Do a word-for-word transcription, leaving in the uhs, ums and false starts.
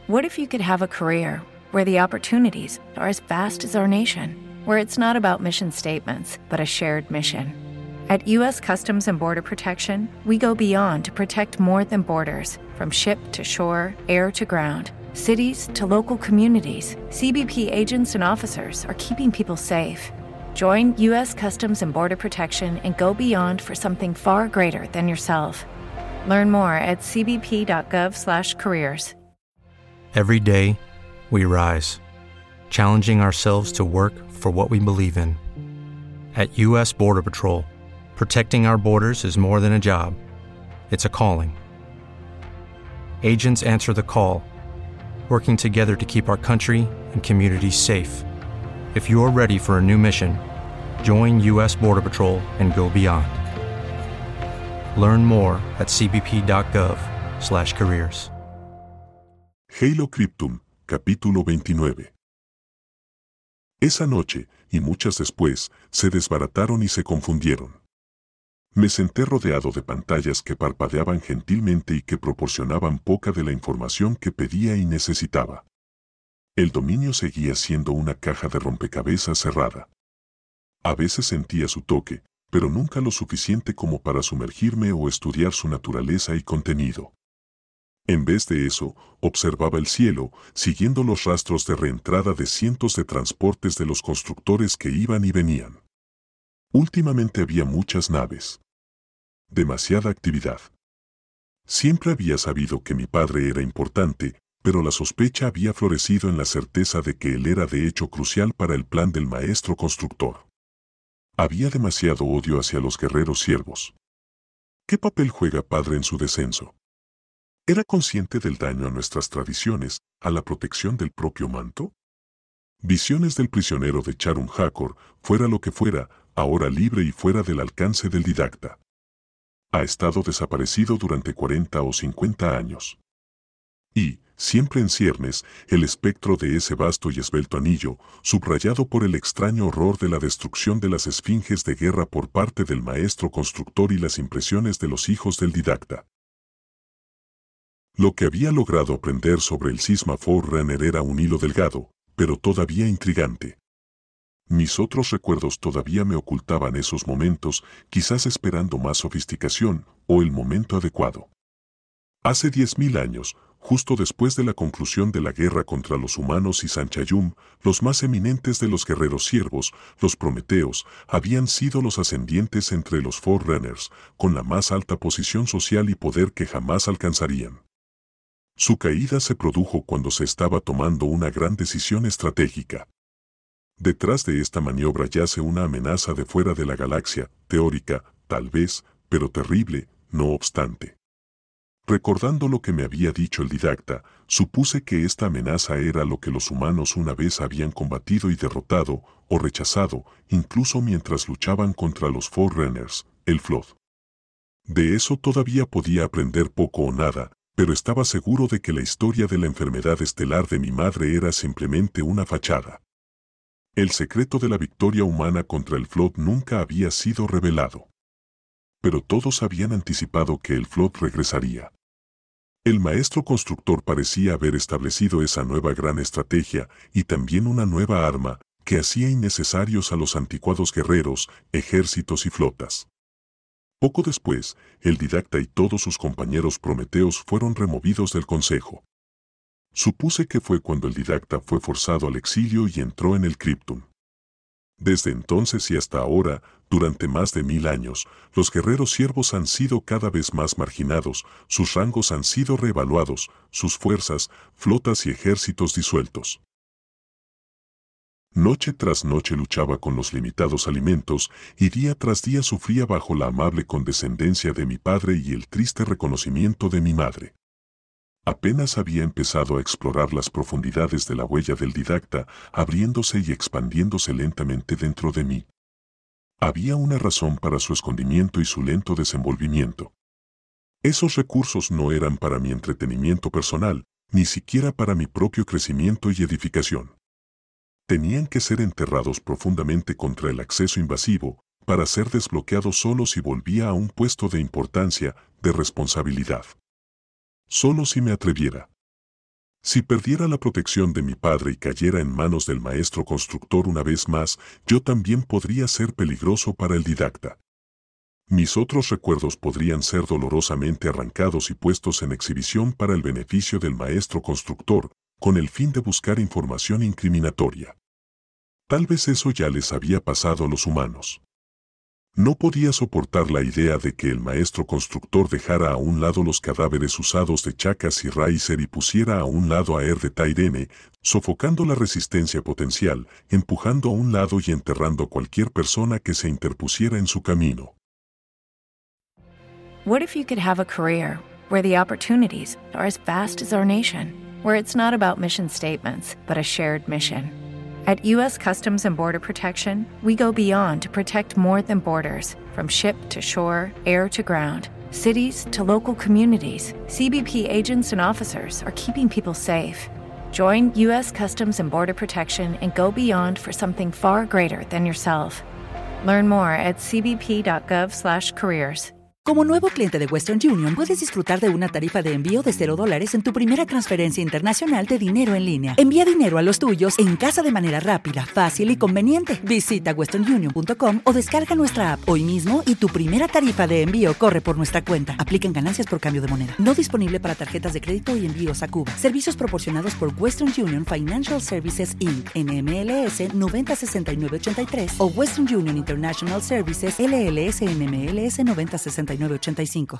What if you could have a career where the opportunities are as vast as our nation, where it's not about mission statements, but a shared mission? At U S Customs and Border Protection, we go beyond to protect more than borders. From ship to shore, air to ground, cities to local communities, C B P agents and officers are keeping people safe. Join U S Customs and Border Protection and go beyond for something far greater than yourself. Learn more at c b p dot gov slash careers. Every day, we rise, challenging ourselves to work for what we believe in. At U S Border Patrol, protecting our borders is more than a job. It's a calling. Agents answer the call, working together to keep our country and communities safe. If you're ready for a new mission, join U S Border Patrol and go beyond. Learn more at c b p dot gov slash careers. Halo Cryptum, capítulo veintinueve. Esa noche, y muchas después, se desbarataron y se confundieron. Me senté rodeado de pantallas que parpadeaban gentilmente y que proporcionaban poca de la información que pedía y necesitaba. El dominio seguía siendo una caja de rompecabezas cerrada. A veces sentía su toque, pero nunca lo suficiente como para sumergirme o estudiar su naturaleza y contenido. En vez de eso, observaba el cielo, siguiendo los rastros de reentrada de cientos de transportes de los constructores que iban y venían. Últimamente había muchas naves. Demasiada actividad. Siempre había sabido que mi padre era importante, pero la sospecha había florecido en la certeza de que él era de hecho crucial para el plan del maestro constructor. Había demasiado odio hacia los guerreros siervos. ¿Qué papel juega padre en su descenso? ¿Era consciente del daño a nuestras tradiciones, a la protección del propio manto? Visiones del prisionero de Charum Hakor, fuera lo que fuera, ahora libre y fuera del alcance del didacta. Ha estado desaparecido durante cuarenta o cincuenta años. Y, siempre en ciernes, el espectro de ese vasto y esbelto anillo, subrayado por el extraño horror de la destrucción de las esfinges de guerra por parte del maestro constructor y las impresiones de los hijos del didacta. Lo que había logrado aprender sobre el cisma Forerunner era un hilo delgado, pero todavía intrigante. Mis otros recuerdos todavía me ocultaban esos momentos, quizás esperando más sofisticación o el momento adecuado. Hace diez mil años, justo después de la conclusión de la guerra contra los humanos y Sanchayum, los más eminentes de los guerreros siervos, los Prometeos, habían sido los ascendientes entre los Forerunners, con la más alta posición social y poder que jamás alcanzarían. Su caída se produjo cuando se estaba tomando una gran decisión estratégica. Detrás de esta maniobra yace una amenaza de fuera de la galaxia, teórica, tal vez, pero terrible, no obstante. Recordando lo que me había dicho el didacta, supuse que esta amenaza era lo que los humanos una vez habían combatido y derrotado, o rechazado, incluso mientras luchaban contra los Forerunners, el Flood. De eso todavía podía aprender poco o nada, pero estaba seguro de que la historia de la enfermedad estelar de mi madre era simplemente una fachada. El secreto de la victoria humana contra el Flood nunca había sido revelado. Pero todos habían anticipado que el Flood regresaría. El maestro constructor parecía haber establecido esa nueva gran estrategia y también una nueva arma que hacía innecesarios a los anticuados guerreros, ejércitos y flotas. Poco después, el didacta y todos sus compañeros prometeos fueron removidos del consejo. Supuse que fue cuando el didacta fue forzado al exilio y entró en el Cryptum. Desde entonces y hasta ahora, durante más de mil años, los guerreros siervos han sido cada vez más marginados, sus rangos han sido reevaluados, sus fuerzas, flotas y ejércitos disueltos. Noche tras noche luchaba con los limitados alimentos y día tras día sufría bajo la amable condescendencia de mi padre y el triste reconocimiento de mi madre. Apenas había empezado a explorar las profundidades de la huella del didacta, abriéndose y expandiéndose lentamente dentro de mí. Había una razón para su escondimiento y su lento desenvolvimiento. Esos recursos no eran para mi entretenimiento personal, ni siquiera para mi propio crecimiento y edificación. Tenían que ser enterrados profundamente contra el acceso invasivo, para ser desbloqueados solo si volvía a un puesto de importancia, de responsabilidad. Solo si me atreviera. Si perdiera la protección de mi padre y cayera en manos del maestro constructor una vez más, yo también podría ser peligroso para el didacta. Mis otros recuerdos podrían ser dolorosamente arrancados y puestos en exhibición para el beneficio del maestro constructor, con el fin de buscar información incriminatoria. Tal vez eso ya les había pasado a los humanos. No podía soportar la idea de que el maestro constructor dejara a un lado los cadáveres usados de Chacas y Riser y pusiera a un lado a Er de Tairene, sofocando la resistencia potencial, empujando a un lado y enterrando cualquier persona que se interpusiera en su camino. What if you could have a career where the opportunities are as vast as our nation, where it's not about mission statements, but a shared mission? At U S Customs and Border Protection, we go beyond to protect more than borders. From ship to shore, air to ground, cities to local communities, C B P agents and officers are keeping people safe. Join U S Customs and Border Protection and go beyond for something far greater than yourself. Learn more at c b p dot gov slash careers. Como nuevo cliente de Western Union, puedes disfrutar de una tarifa de envío de cero dólares en tu primera transferencia internacional de dinero en línea. Envía dinero a los tuyos en casa de manera rápida, fácil y conveniente. Visita western union punto com o descarga nuestra app hoy mismo y tu primera tarifa de envío corre por nuestra cuenta. Aplican ganancias por cambio de moneda. No disponible para tarjetas de crédito y envíos a Cuba. Servicios proporcionados por Western Union Financial Services incorporated. N M L S noventa sesenta y nueve ochenta y tres o Western Union International Services L L S N M L S noventa sesenta y nueve ochenta y cinco.